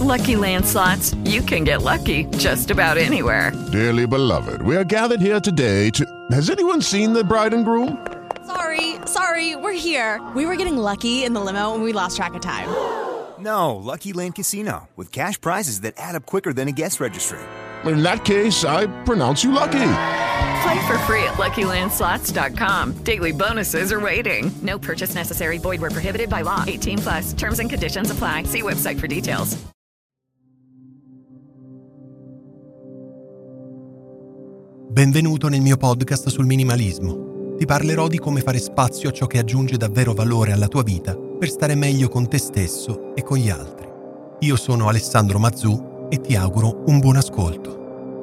Lucky Land Slots, you can get lucky just about anywhere. Dearly beloved, we are gathered here today to... Has anyone seen the bride and groom? Sorry, we're here. We were getting lucky in the limo and we lost track of time. No, Lucky Land Casino, with cash prizes that add up quicker than a guest registry. In that case, I pronounce you lucky. Play for free at LuckyLandSlots.com. Daily bonuses are waiting. No purchase necessary. Void where prohibited by law. 18+. Terms and conditions apply. See website for details. Benvenuto nel mio podcast sul minimalismo. Ti parlerò di come fare spazio a ciò che aggiunge davvero valore alla tua vita per stare meglio con te stesso e con gli altri. Io sono Alessandro Mazzù e ti auguro un buon ascolto.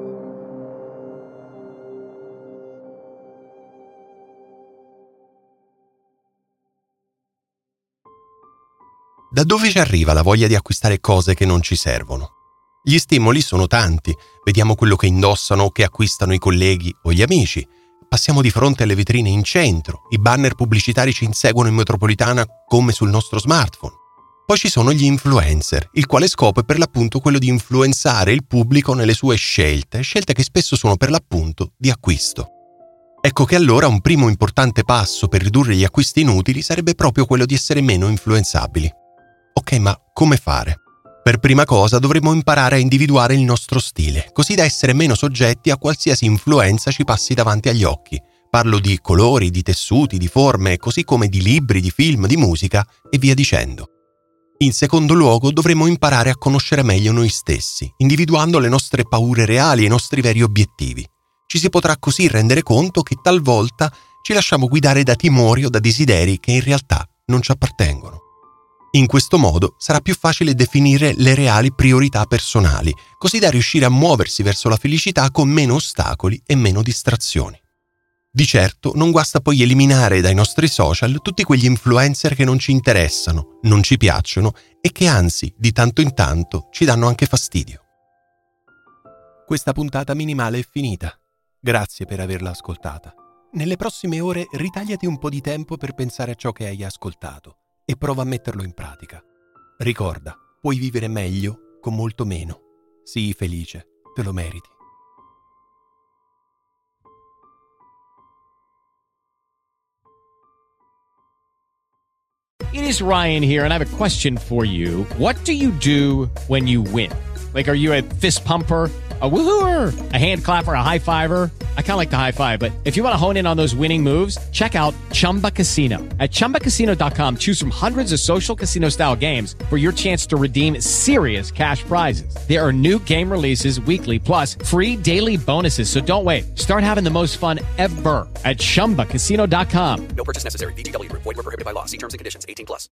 Da dove ci arriva la voglia di acquistare cose che non ci servono? Gli stimoli sono tanti, vediamo quello che indossano o che acquistano i colleghi o gli amici, passiamo di fronte alle vetrine in centro, i banner pubblicitari ci inseguono in metropolitana come sul nostro smartphone. Poi ci sono gli influencer, il quale scopo è per l'appunto quello di influenzare il pubblico nelle sue scelte che spesso sono per l'appunto di acquisto. Ecco che allora un primo importante passo per ridurre gli acquisti inutili sarebbe proprio quello di essere meno influenzabili. Ok, ma come fare? Per prima cosa dovremmo imparare a individuare il nostro stile, così da essere meno soggetti a qualsiasi influenza ci passi davanti agli occhi. Parlo di colori, di tessuti, di forme, così come di libri, di film, di musica e via dicendo. In secondo luogo dovremmo imparare a conoscere meglio noi stessi, individuando le nostre paure reali e i nostri veri obiettivi. Ci si potrà così rendere conto che talvolta ci lasciamo guidare da timori o da desideri che in realtà non ci appartengono. In questo modo sarà più facile definire le reali priorità personali, così da riuscire a muoversi verso la felicità con meno ostacoli e meno distrazioni. Di certo non guasta poi eliminare dai nostri social tutti quegli influencer che non ci interessano, non ci piacciono e che anzi di tanto in tanto ci danno anche fastidio. Questa puntata minimale è finita. Grazie per averla ascoltata. Nelle prossime ore ritagliati un po' di tempo per pensare a ciò che hai ascoltato e prova a metterlo in pratica. Ricorda, puoi vivere meglio con molto meno. Sii felice, te lo meriti. It is Ryan here, and I have a question for you. What do you do when you win? Like, are you a fist pumper, a woohooer, a hand clapper, a high fiver? I kind of like the high five, but if you want to hone in on those winning moves, check out Chumba Casino. At ChumbaCasino.com, choose from hundreds of social casino-style games for your chance to redeem serious cash prizes. There are new game releases weekly, plus free daily bonuses, so don't wait. Start having the most fun ever at ChumbaCasino.com. No purchase necessary. VGW Group. Void where prohibited by law. See terms and conditions. 18+.